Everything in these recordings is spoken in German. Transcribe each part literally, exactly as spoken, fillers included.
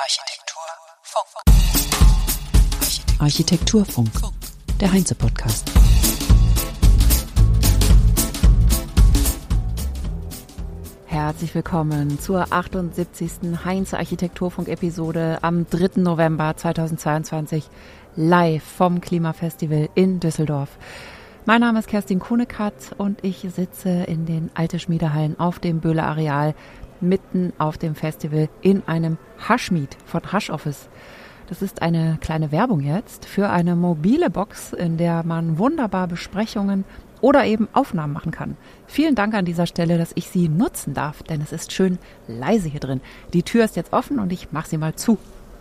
Architekturfunk. Architekturfunk, der Heinze-Podcast. Herzlich willkommen zur achtundsiebzigsten Heinze Architekturfunk-Episode am dritten November zweitausendzweiundzwanzig, live vom Klimafestival in Düsseldorf. Mein Name ist Kerstin Kuhnekatz und ich sitze in den Alte Schmiedehallen auf dem Böhler Areal mitten auf dem Festival in einem Hushmeet von Hush Office. Das ist eine kleine Werbung jetzt für eine mobile Box, in der man wunderbar Besprechungen oder eben Aufnahmen machen kann. Vielen Dank an dieser Stelle, dass ich sie nutzen darf, denn es ist schön leise hier drin. Die Tür ist jetzt offen und ich mache sie mal zu.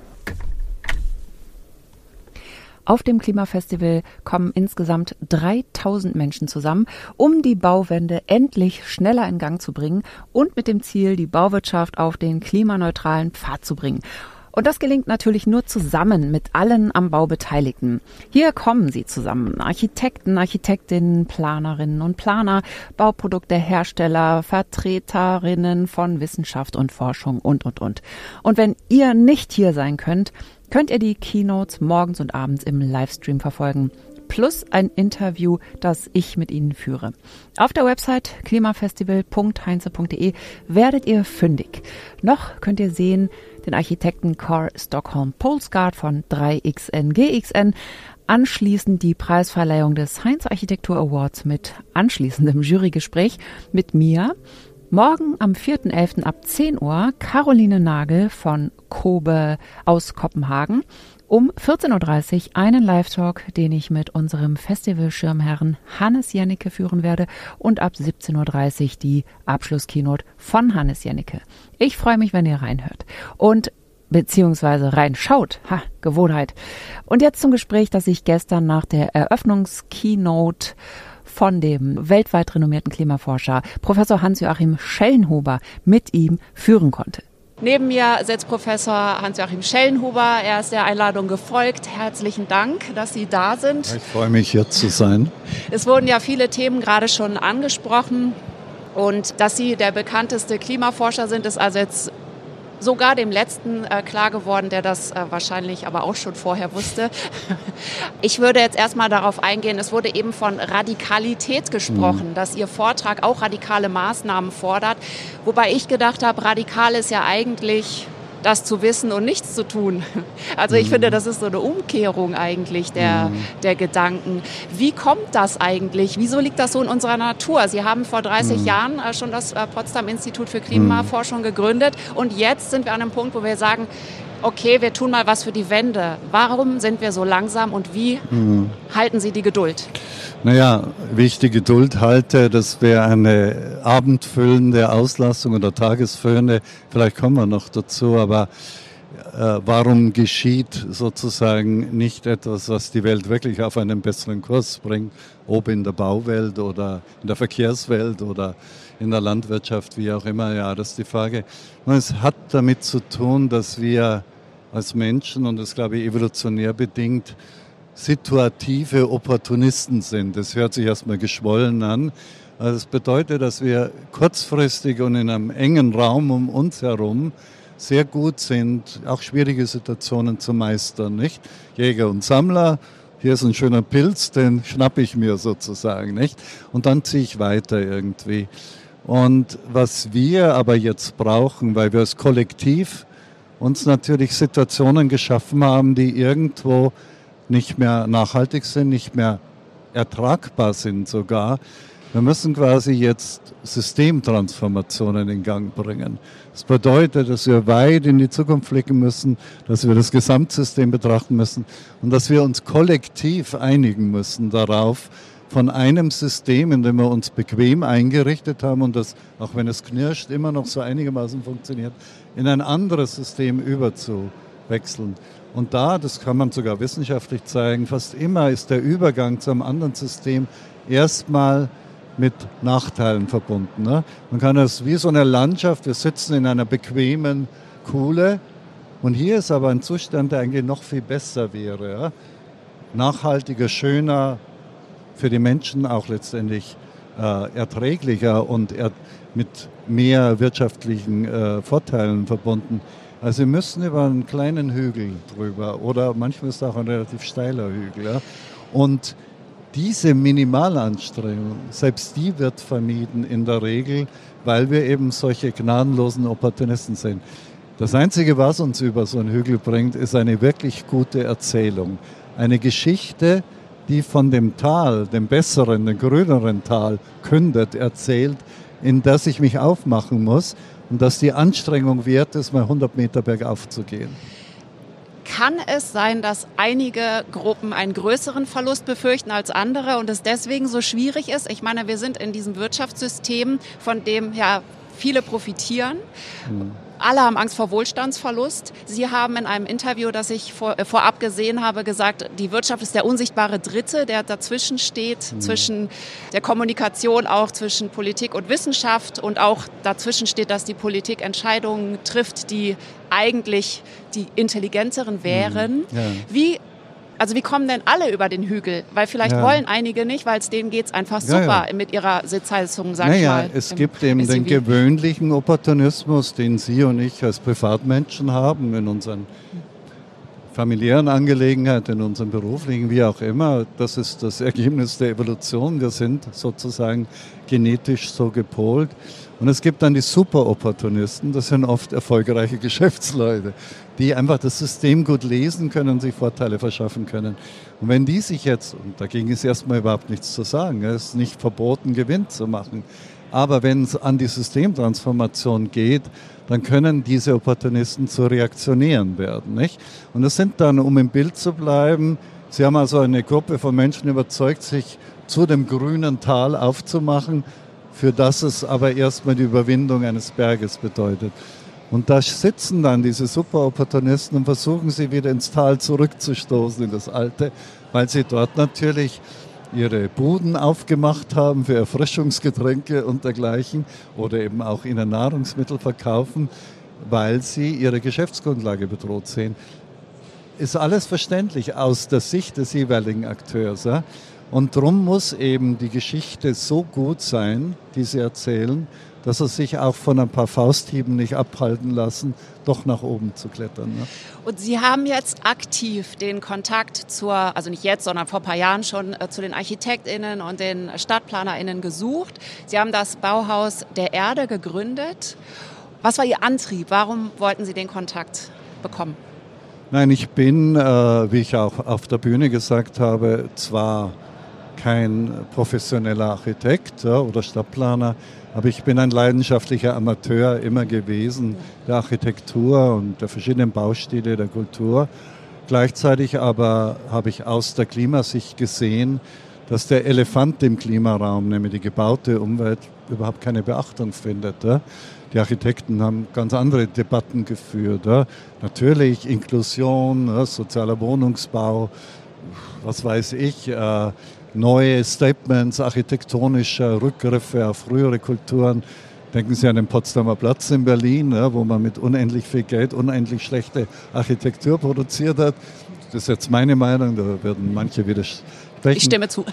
Auf dem Klimafestival kommen insgesamt dreitausend Menschen zusammen, um die Bauwende endlich schneller in Gang zu bringen und mit dem Ziel, die Bauwirtschaft auf den klimaneutralen Pfad zu bringen. Und das gelingt natürlich nur zusammen mit allen am Bau Beteiligten. Hier kommen sie zusammen. Architekten, Architektinnen, Planerinnen und Planer, Bauproduktehersteller, Vertreterinnen von Wissenschaft und Forschung und, und, und. Und wenn ihr nicht hier sein könnt, könnt ihr die Keynotes morgens und abends im Livestream verfolgen. Plus ein Interview, das ich mit Ihnen führe. Auf der Website klimafestival punkt heinze punkt de werdet ihr fündig. Noch könnt ihr sehen den Architekten Core Stockholm Polesguard von drei X N G X N, anschließend die Preisverleihung des Heinze Architektur Awards mit anschließendem Jurygespräch mit mir. Morgen am vierten elften ab zehn Uhr Caroline Nagel von Kobe aus Kopenhagen. Um vierzehn Uhr dreißig einen Live-Talk, den ich mit unserem Festivalschirmherrn Hannes Jennecke führen werde, und ab siebzehn Uhr dreißig die Abschlusskeynote von Hannes Jennecke. Ich freue mich, wenn ihr reinhört und beziehungsweise reinschaut. Ha, Gewohnheit. Und jetzt zum Gespräch, das ich gestern nach der Eröffnungskeynote von dem weltweit renommierten Klimaforscher Professor Hans-Joachim Schellenhuber mit ihm führen konnte. Neben mir sitzt Professor Hans-Joachim Schellenhuber. Er ist der Einladung gefolgt. Herzlichen Dank, dass Sie da sind. Ich freue mich, hier zu sein. Es wurden ja viele Themen gerade schon angesprochen. Und dass Sie der bekannteste Klimaforscher sind, ist also jetzt sogar dem Letzten äh, klar geworden, der das äh, wahrscheinlich aber auch schon vorher wusste. Ich würde jetzt erstmal darauf eingehen, es wurde eben von Radikalität gesprochen, mhm. dass Ihr Vortrag auch radikale Maßnahmen fordert. Wobei ich gedacht habe, radikal ist ja eigentlich das zu wissen und nichts zu tun. Also ich mhm. finde, das ist so eine Umkehrung eigentlich der, mhm. der Gedanken. Wie kommt das eigentlich? Wieso liegt das so in unserer Natur? Sie haben vor dreißig mhm. Jahren äh, schon das äh, Potsdam-Institut für Klimaforschung gegründet und jetzt sind wir an einem Punkt, wo wir sagen, okay, wir tun mal was für die Wende. Warum sind wir so langsam und wie mhm. halten Sie die Geduld? Naja, wie ich die Geduld halte, das wäre eine abendfüllende Auslassung oder tagesfüllende, vielleicht kommen wir noch dazu, aber äh, warum geschieht sozusagen nicht etwas, was die Welt wirklich auf einen besseren Kurs bringt, ob in der Bauwelt oder in der Verkehrswelt oder in der Landwirtschaft, wie auch immer, ja, das ist die Frage. Und es hat damit zu tun, dass wir als Menschen, und das glaube ich evolutionär bedingt, situative Opportunisten sind. Das hört sich erstmal geschwollen an. Also das bedeutet, dass wir kurzfristig und in einem engen Raum um uns herum sehr gut sind, auch schwierige Situationen zu meistern, nicht? Jäger und Sammler, hier ist ein schöner Pilz, den schnappe ich mir sozusagen, nicht? Und dann ziehe ich weiter irgendwie. Und was wir aber jetzt brauchen, weil wir als Kollektiv uns natürlich Situationen geschaffen haben, die irgendwo nicht mehr nachhaltig sind, nicht mehr ertragbar sind sogar. Wir müssen quasi jetzt Systemtransformationen in Gang bringen. Das bedeutet, dass wir weit in die Zukunft blicken müssen, dass wir das Gesamtsystem betrachten müssen und dass wir uns kollektiv einigen müssen darauf, von einem System, in dem wir uns bequem eingerichtet haben und das, auch wenn es knirscht, immer noch so einigermaßen funktioniert, in ein anderes System überzuwechseln. Und da, das kann man sogar wissenschaftlich zeigen, fast immer ist der Übergang zu einem anderen System erstmal mit Nachteilen verbunden. Ne? Man kann das wie so eine Landschaft, wir sitzen in einer bequemen Kuhle und hier ist aber ein Zustand, der eigentlich noch viel besser wäre. Ja? Nachhaltiger, schöner, für die Menschen auch letztendlich äh, erträglicher und er, mit mehr wirtschaftlichen äh, Vorteilen verbunden. Also Sie müssen über einen kleinen Hügel drüber oder manchmal ist es auch ein relativ steiler Hügel. Ja? Und diese Minimalanstrengung, selbst die wird vermieden in der Regel, weil wir eben solche gnadenlosen Opportunisten sind. Das Einzige, was uns über so einen Hügel bringt, ist eine wirklich gute Erzählung. Eine Geschichte, die von dem Tal, dem besseren, dem grüneren Tal kündet, erzählt, in das ich mich aufmachen muss und dass die Anstrengung wert ist, mal hundert Meter bergauf zu gehen. Kann es sein, dass einige Gruppen einen größeren Verlust befürchten als andere und es deswegen so schwierig ist? Ich meine, wir sind in diesem Wirtschaftssystem, von dem ja viele profitieren. Hm. Alle haben Angst vor Wohlstandsverlust. Sie haben in einem Interview, das ich vor, äh, vorab gesehen habe, gesagt, die Wirtschaft ist der unsichtbare Dritte, der dazwischen steht, mhm. zwischen der Kommunikation auch zwischen Politik und Wissenschaft und auch dazwischen steht, dass die Politik Entscheidungen trifft, die eigentlich die intelligenteren wären. Mhm. Ja. Wie Also wie kommen denn alle über den Hügel? Weil vielleicht ja. wollen einige nicht, weil es denen geht es einfach super ja, ja. mit ihrer Sitzheizung, sag naja, ich mal. Es gibt eben S U V. Den gewöhnlichen Opportunismus, den Sie und ich als Privatmenschen haben in unseren familiären Angelegenheiten, in unserem beruflichen, wie auch immer. Das ist das Ergebnis der Evolution. Wir sind sozusagen genetisch so gepolt. Und es gibt dann die Superopportunisten, das sind oft erfolgreiche Geschäftsleute, die einfach das System gut lesen können und sich Vorteile verschaffen können. Und wenn die sich jetzt, und dagegen ist erstmal überhaupt nichts zu sagen, es ist nicht verboten, Gewinn zu machen, aber wenn es an die Systemtransformation geht, dann können diese Opportunisten zu Reaktionären werden, nicht? Und das sind dann, um im Bild zu bleiben, Sie haben also eine Gruppe von Menschen überzeugt, sich zu dem grünen Tal aufzumachen, für das es aber erstmal die Überwindung eines Berges bedeutet. Und da sitzen dann diese Superopportunisten und versuchen sie wieder ins Tal zurückzustoßen, in das Alte, weil sie dort natürlich ihre Buden aufgemacht haben für Erfrischungsgetränke und dergleichen oder eben auch ihnen Nahrungsmittel verkaufen, weil sie ihre Geschäftsgrundlage bedroht sehen. Ist alles verständlich aus der Sicht des jeweiligen Akteurs. Ja? Und darum muss eben die Geschichte so gut sein, die sie erzählen, dass sie sich auch von ein paar Fausthieben nicht abhalten lassen, doch nach oben zu klettern. Ne? Und Sie haben jetzt aktiv den Kontakt zur, also nicht jetzt, sondern vor ein paar Jahren schon, äh, zu den ArchitektInnen und den StadtplanerInnen gesucht. Sie haben das Bauhaus der Erde gegründet. Was war Ihr Antrieb? Warum wollten Sie den Kontakt bekommen? Nein, ich bin, äh, wie ich auch auf der Bühne gesagt habe, zwar kein professioneller Architekt ja, oder Stadtplaner, aber ich bin ein leidenschaftlicher Amateur immer gewesen, der Architektur und der verschiedenen Baustile, der Kultur. Gleichzeitig aber habe ich aus der Klimasicht gesehen, dass der Elefant im Klimaraum, nämlich die gebaute Umwelt, überhaupt keine Beachtung findet. Ja. Die Architekten haben ganz andere Debatten geführt. Ja. Natürlich Inklusion, ja, sozialer Wohnungsbau, was weiß ich, äh, neue Statements architektonischer Rückgriffe auf frühere Kulturen. Denken Sie an den Potsdamer Platz in Berlin, ja, wo man mit unendlich viel Geld unendlich schlechte Architektur produziert hat. Das ist jetzt meine Meinung, da werden manche widersprechen. Ich stimme zu.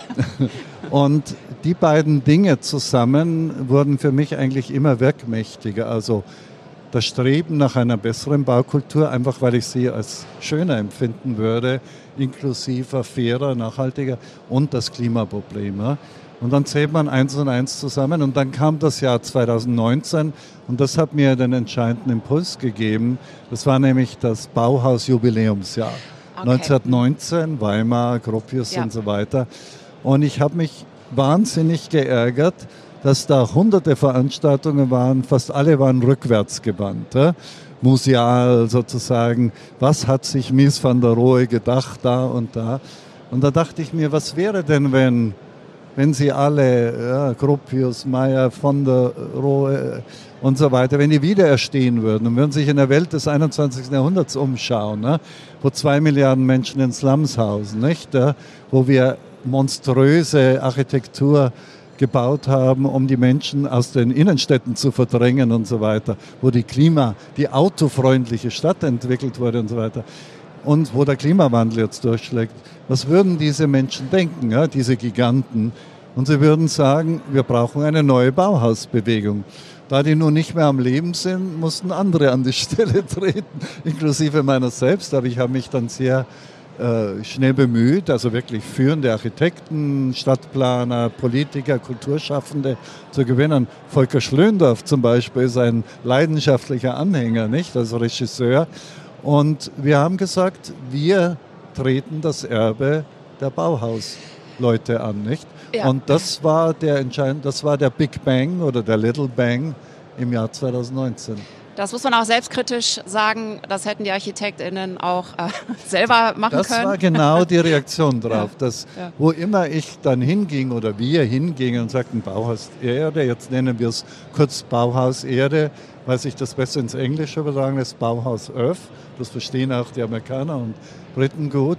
Und die beiden Dinge zusammen wurden für mich eigentlich immer wirkmächtiger. Also das Streben nach einer besseren Baukultur, einfach weil ich sie als schöner empfinden würde, inklusiver, fairer, nachhaltiger und das Klimaproblem. Ja. Und dann zählt man eins und eins zusammen und dann kam das Jahr zweitausendneunzehn und das hat mir den entscheidenden Impuls gegeben. Das war nämlich das Bauhaus-Jubiläumsjahr. Okay. neunzehnhundertneunzehn, Weimar, Gropius ja. und so weiter. Und ich habe mich wahnsinnig geärgert, dass da hunderte Veranstaltungen waren, fast alle waren rückwärts gewandt. Ja? Museal sozusagen, was hat sich Mies van der Rohe gedacht, da und da. Und da dachte ich mir, was wäre denn, wenn, wenn sie alle, ja, Gropius, Meyer, van der Rohe und so weiter, wenn die wieder erstehen würden und würden sich in der Welt des einundzwanzigsten Jahrhunderts umschauen, ne? Wo zwei Milliarden Menschen in Slums hausen, nicht? Ja? Wo wir monströse Architektur gebaut haben, um die Menschen aus den Innenstädten zu verdrängen und so weiter, wo die Klima, die autofreundliche Stadt entwickelt wurde und so weiter und wo der Klimawandel jetzt durchschlägt. Was würden diese Menschen denken, ja, diese Giganten? Und sie würden sagen, wir brauchen eine neue Bauhausbewegung. Da die nun nicht mehr am Leben sind, mussten andere an die Stelle treten, inklusive meiner selbst. Aber ich habe mich dann sehr äh, schnell bemüht, also wirklich führende Architekten, Stadtplaner, Politiker, Kulturschaffende zu gewinnen. Volker Schlöndorff zum Beispiel ist ein leidenschaftlicher Anhänger, nicht, als Regisseur. Und wir haben gesagt, wir treten das Erbe der Bauhausleute an, nicht? Ja. Und das war der entscheidende, das war der Big Bang oder der Little Bang im Jahr zweitausendneunzehn. Das muss man auch selbstkritisch sagen, das hätten die ArchitektInnen auch äh, selber machen das können. Das war genau die Reaktion drauf, ja. dass ja. wo immer ich dann hinging oder wir hingingen und sagten Bauhaus Erde, jetzt nennen wir es kurz Bauhaus Erde, weil sich das besser ins Englische übertragen lässt, Bauhaus Earth, das verstehen auch die Amerikaner und Briten gut.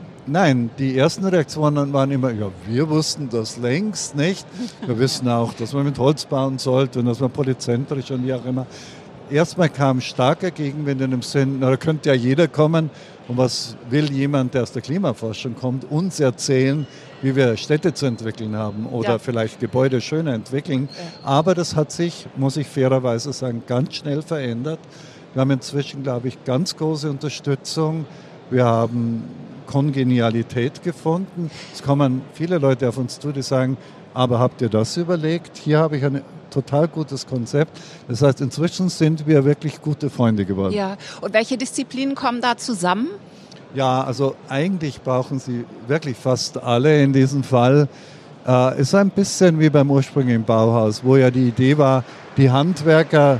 Nein, die ersten Reaktionen waren immer, ja, wir wussten das längst nicht. Wir wissen auch, dass man mit Holz bauen sollte und dass man polyzentrisch und wie auch immer. Erstmal kam starker Gegenwind in dem Sinn, na, da könnte ja jeder kommen. Und was will jemand, der aus der Klimaforschung kommt, uns erzählen, wie wir Städte zu entwickeln haben oder ja. vielleicht Gebäude schöner entwickeln. Ja. Aber das hat sich, muss ich fairerweise sagen, ganz schnell verändert. Wir haben inzwischen, glaube ich, ganz große Unterstützung. Wir haben Kongenialität gefunden. Es kommen viele Leute auf uns zu, die sagen, aber habt ihr das überlegt? Hier habe ich ein total gutes Konzept. Das heißt, inzwischen sind wir wirklich gute Freunde geworden. Ja, und welche Disziplinen kommen da zusammen? Ja, also eigentlich brauchen sie wirklich fast alle in diesem Fall. Es äh, ist ein bisschen wie beim ursprünglichen Bauhaus, wo ja die Idee war, die Handwerker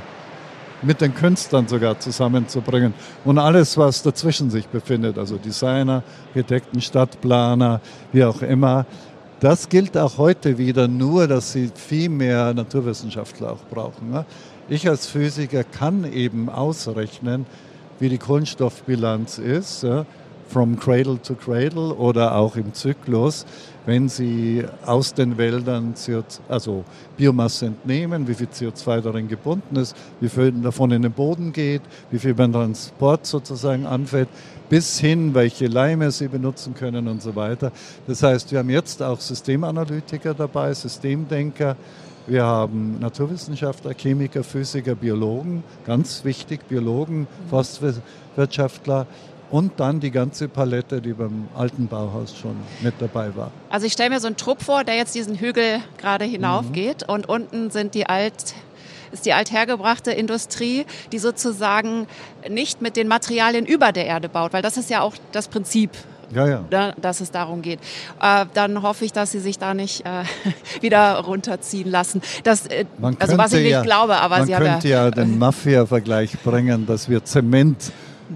mit den Künstlern sogar zusammenzubringen und alles, was dazwischen sich befindet, also Designer, Architekten, Stadtplaner, wie auch immer. Das gilt auch heute wieder, nur dass sie viel mehr Naturwissenschaftler auch brauchen. Ich als Physiker kann eben ausrechnen, wie die Kohlenstoffbilanz ist, from cradle to cradle oder auch im Zyklus, wenn Sie aus den Wäldern C O zwei, also Biomasse entnehmen, wie viel C O zwei darin gebunden ist, wie viel davon in den Boden geht, wie viel beim Transport sozusagen anfällt, bis hin, welche Leime Sie benutzen können und so weiter. Das heißt, wir haben jetzt auch Systemanalytiker dabei, Systemdenker, wir haben Naturwissenschaftler, Chemiker, Physiker, Biologen, ganz wichtig, Biologen, Forstwirtschaftler. Und dann die ganze Palette, die beim alten Bauhaus schon mit dabei war. Also ich stelle mir so einen Trupp vor, der jetzt diesen Hügel gerade hinaufgeht mhm. und unten sind die alt, ist die althergebrachte Industrie, die sozusagen nicht mit den Materialien über der Erde baut, weil das ist ja auch das Prinzip. Ja, ja. Ne, dass es darum geht. Äh, dann hoffe ich, dass Sie sich da nicht äh, wieder runterziehen lassen. Das, äh, also was ich nicht ja, glaube, aber man Sie haben ja... Man könnte ja den Mafia-Vergleich bringen, dass wir Zement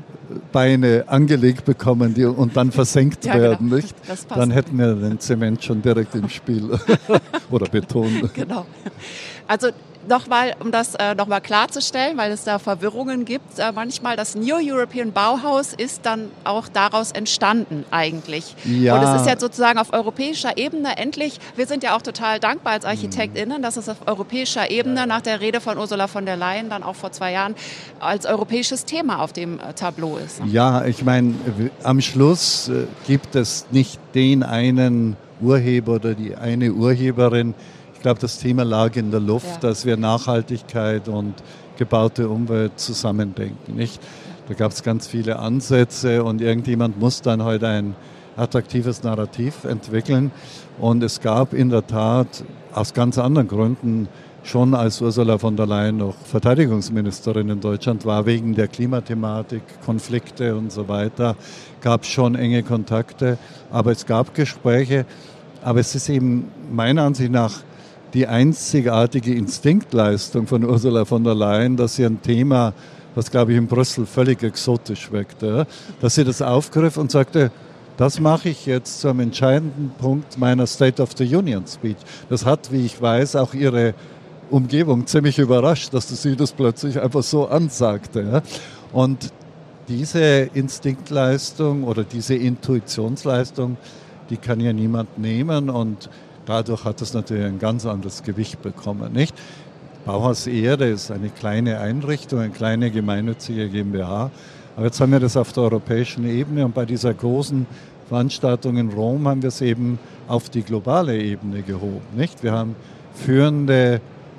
Beine angelegt bekommen die, und dann versenkt ja, werden, genau. nicht? Dann hätten wir den Zement schon direkt im Spiel. Oder Beton. Genau. Also nochmal, um das äh, nochmal klarzustellen, weil es da Verwirrungen gibt, äh, manchmal das New European Bauhaus ist dann auch daraus entstanden eigentlich. Ja. Und es ist jetzt sozusagen auf europäischer Ebene endlich, wir sind ja auch total dankbar als ArchitektInnen, dass es auf europäischer Ebene nach der Rede von Ursula von der Leyen dann auch vor zwei Jahren als europäisches Thema auf dem äh, Tableau ist. Ja, ich meine, am Schluss äh, gibt es nicht den einen Urheber oder die eine Urheberin. Ich glaube, das Thema lag in der Luft, ja. dass wir Nachhaltigkeit und gebaute Umwelt zusammendenken. Nicht? Da gab es ganz viele Ansätze und irgendjemand muss dann heute ein attraktives Narrativ entwickeln. Und es gab in der Tat aus ganz anderen Gründen, schon als Ursula von der Leyen noch Verteidigungsministerin in Deutschland war, wegen der Klimathematik, Konflikte und so weiter, gab es schon enge Kontakte. Aber es gab Gespräche. Aber es ist eben meiner Ansicht nach die einzigartige Instinktleistung von Ursula von der Leyen, dass sie ein Thema, was glaube ich in Brüssel völlig exotisch wirkte, dass sie das aufgriff und sagte, das mache ich jetzt zu einem entscheidenden Punkt meiner State of the Union Speech. Das hat, wie ich weiß, auch ihre Umgebung ziemlich überrascht, dass sie das plötzlich einfach so ansagte. Und diese Instinktleistung oder diese Intuitionsleistung, die kann ja niemand nehmen und dadurch hat es natürlich ein ganz anderes Gewicht bekommen, nicht? Bauhaus Erde ist eine kleine Einrichtung, eine kleine gemeinnützige GmbH. Aber jetzt haben wir das auf der europäischen Ebene und bei dieser großen Veranstaltung in Rom haben wir es eben auf die globale Ebene gehoben, nicht? Wir haben führende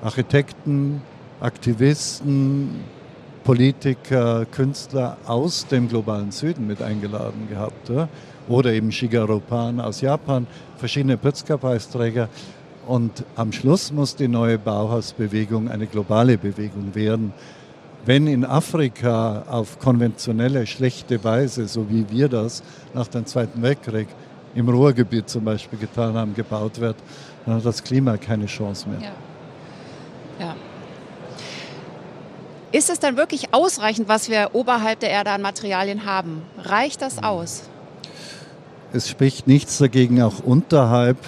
Architekten, Aktivisten, Politiker, Künstler aus dem globalen Süden mit eingeladen gehabt. Ja? Oder eben Shigeru Pan aus Japan, verschiedene Pritzker-Preisträger. Und am Schluss muss die neue Bauhausbewegung eine globale Bewegung werden. Wenn in Afrika auf konventionelle, schlechte Weise, so wie wir das nach dem Zweiten Weltkrieg im Ruhrgebiet zum Beispiel getan haben, gebaut wird, dann hat das Klima keine Chance mehr. Ja. Ja. Ist es dann wirklich ausreichend, was wir oberhalb der Erde an Materialien haben? Reicht das aus? Es spricht nichts dagegen, auch unterhalb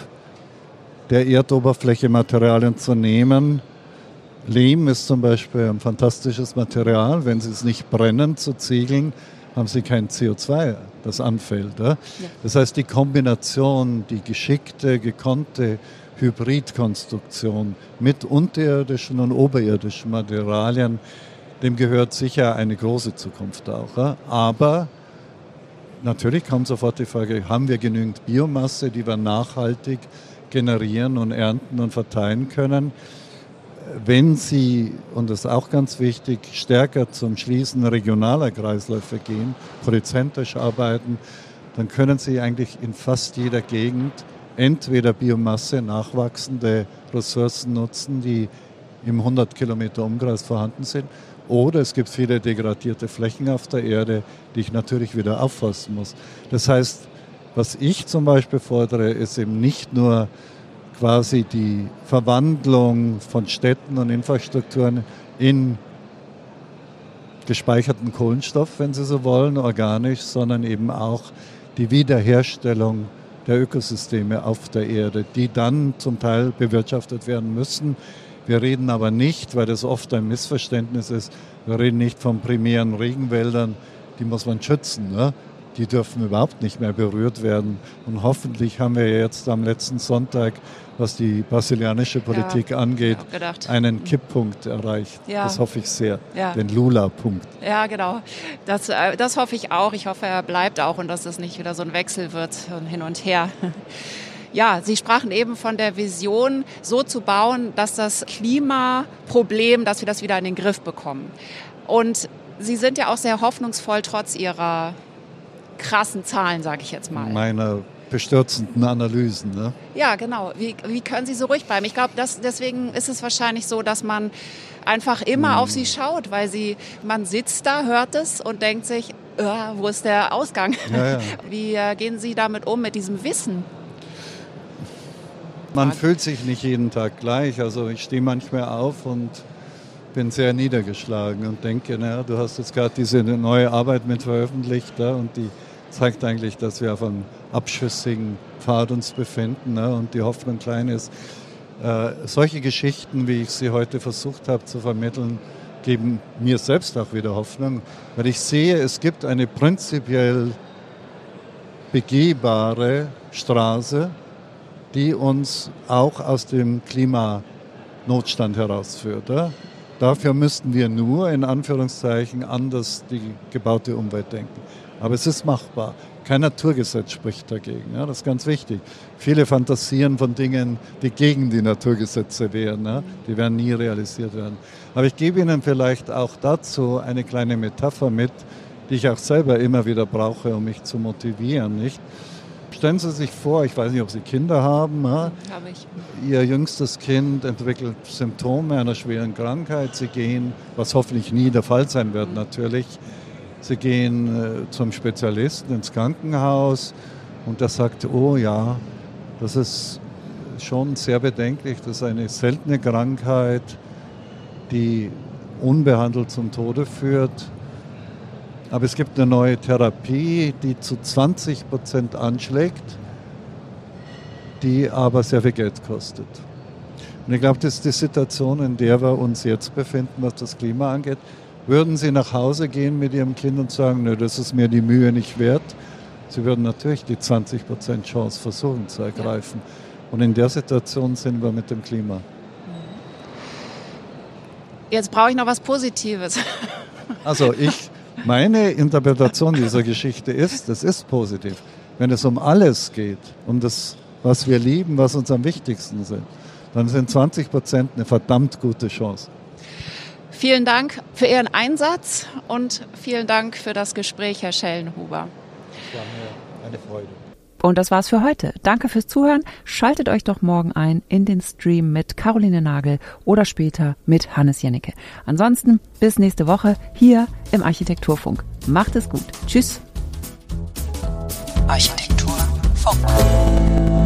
der Erdoberfläche Materialien zu nehmen. Lehm ist zum Beispiel ein fantastisches Material. Wenn Sie es nicht brennen zu Ziegeln, haben Sie kein C O zwei, das anfällt. Ja? Ja. Das heißt, die Kombination, die geschickte, gekonnte Hybridkonstruktion mit unterirdischen und oberirdischen Materialien, dem gehört sicher eine große Zukunft auch. Ja? Aber natürlich kommt sofort die Frage, haben wir genügend Biomasse, die wir nachhaltig generieren und ernten und verteilen können? Wenn Sie, und das ist auch ganz wichtig, stärker zum Schließen regionaler Kreisläufe gehen, produzentisch arbeiten, dann können Sie eigentlich in fast jeder Gegend entweder Biomasse, nachwachsende Ressourcen nutzen, die im hundert Kilometer Umkreis vorhanden sind, oder es gibt viele degradierte Flächen auf der Erde, die ich natürlich wieder aufforsten muss. Das heißt, was ich zum Beispiel fordere, ist eben nicht nur quasi die Verwandlung von Städten und Infrastrukturen in gespeicherten Kohlenstoff, wenn Sie so wollen, organisch, sondern eben auch die Wiederherstellung der Ökosysteme auf der Erde, die dann zum Teil bewirtschaftet werden müssen. Wir reden aber nicht, weil das oft ein Missverständnis ist, wir reden nicht von primären Regenwäldern, die muss man schützen, ne? Die dürfen überhaupt nicht mehr berührt werden. Und hoffentlich haben wir jetzt am letzten Sonntag, was die brasilianische Politik ja, angeht, einen Kipppunkt erreicht. Ja. Das hoffe ich sehr, ja. Den Lula-Punkt. Ja, genau. Das, das hoffe ich auch. Ich hoffe, er bleibt auch und dass es nicht wieder so ein Wechsel wird hin und her. Ja, Sie sprachen eben von der Vision, so zu bauen, dass das Klimaproblem, dass wir das wieder in den Griff bekommen. Und Sie sind ja auch sehr hoffnungsvoll, trotz Ihrer krassen Zahlen, sage ich jetzt mal. Meiner bestürzenden Analysen. Ne? Ja, genau. Wie, wie können Sie so ruhig bleiben? Ich glaube, deswegen ist es wahrscheinlich so, dass man einfach immer hm. auf Sie schaut, weil Sie, man sitzt da, hört es und denkt sich, äh, wo ist der Ausgang? Ja, ja. Wie äh, gehen Sie damit um, mit diesem Wissen? Man fühlt sich nicht jeden Tag gleich. Also ich stehe manchmal auf und bin sehr niedergeschlagen und denke, naja, du hast jetzt gerade diese neue Arbeit mit veröffentlicht, ja, und die zeigt eigentlich, dass wir auf einem abschüssigen Pfad uns befinden, ne, und die Hoffnung klein ist. Äh, solche Geschichten, wie ich sie heute versucht habe zu vermitteln, geben mir selbst auch wieder Hoffnung, weil ich sehe, es gibt eine prinzipiell begehbare Straße, die uns auch aus dem Klimanotstand herausführt. Ja? Dafür müssten wir nur, in Anführungszeichen, anders die gebaute Umwelt denken. Aber es ist machbar. Kein Naturgesetz spricht dagegen. Ja? Das ist ganz wichtig. Viele fantasieren von Dingen, die gegen die Naturgesetze wären. Ja? Die werden nie realisiert werden. Aber ich gebe Ihnen vielleicht auch dazu eine kleine Metapher mit, die ich auch selber immer wieder brauche, um mich zu motivieren. Nicht? Stellen Sie sich vor, ich weiß nicht, ob Sie Kinder haben. Ja? Habe ich. Ihr jüngstes Kind entwickelt Symptome einer schweren Krankheit. Sie gehen, was hoffentlich nie der Fall sein wird, mhm. natürlich. Sie gehen äh, zum Spezialisten ins Krankenhaus und der sagt, oh ja, das ist schon sehr bedenklich. Das ist eine seltene Krankheit, die unbehandelt zum Tode führt. Aber es gibt eine neue Therapie, die zu zwanzig Prozent anschlägt, die aber sehr viel Geld kostet. Und ich glaube, das ist die Situation, in der wir uns jetzt befinden, was das Klima angeht. Würden Sie nach Hause gehen mit Ihrem Kind und sagen, nö, das ist mir die Mühe nicht wert? Sie würden natürlich die zwanzig Prozent Chance versuchen zu ergreifen. Ja. Und in der Situation sind wir mit dem Klima. Jetzt brauche ich noch was Positives. Also ich... Meine Interpretation dieser Geschichte ist, das ist positiv. Wenn es um alles geht, um das, was wir lieben, was uns am wichtigsten sind, dann sind zwanzig Prozent eine verdammt gute Chance. Vielen Dank für Ihren Einsatz und vielen Dank für das Gespräch, Herr Schellenhuber. Das war mir eine Freude. Und das war's für heute. Danke fürs Zuhören. Schaltet euch doch morgen ein in den Stream mit Caroline Nagel oder später mit Hannes Jennecke. Ansonsten bis nächste Woche hier im Architekturfunk. Macht es gut. Tschüss. Architekturfunk.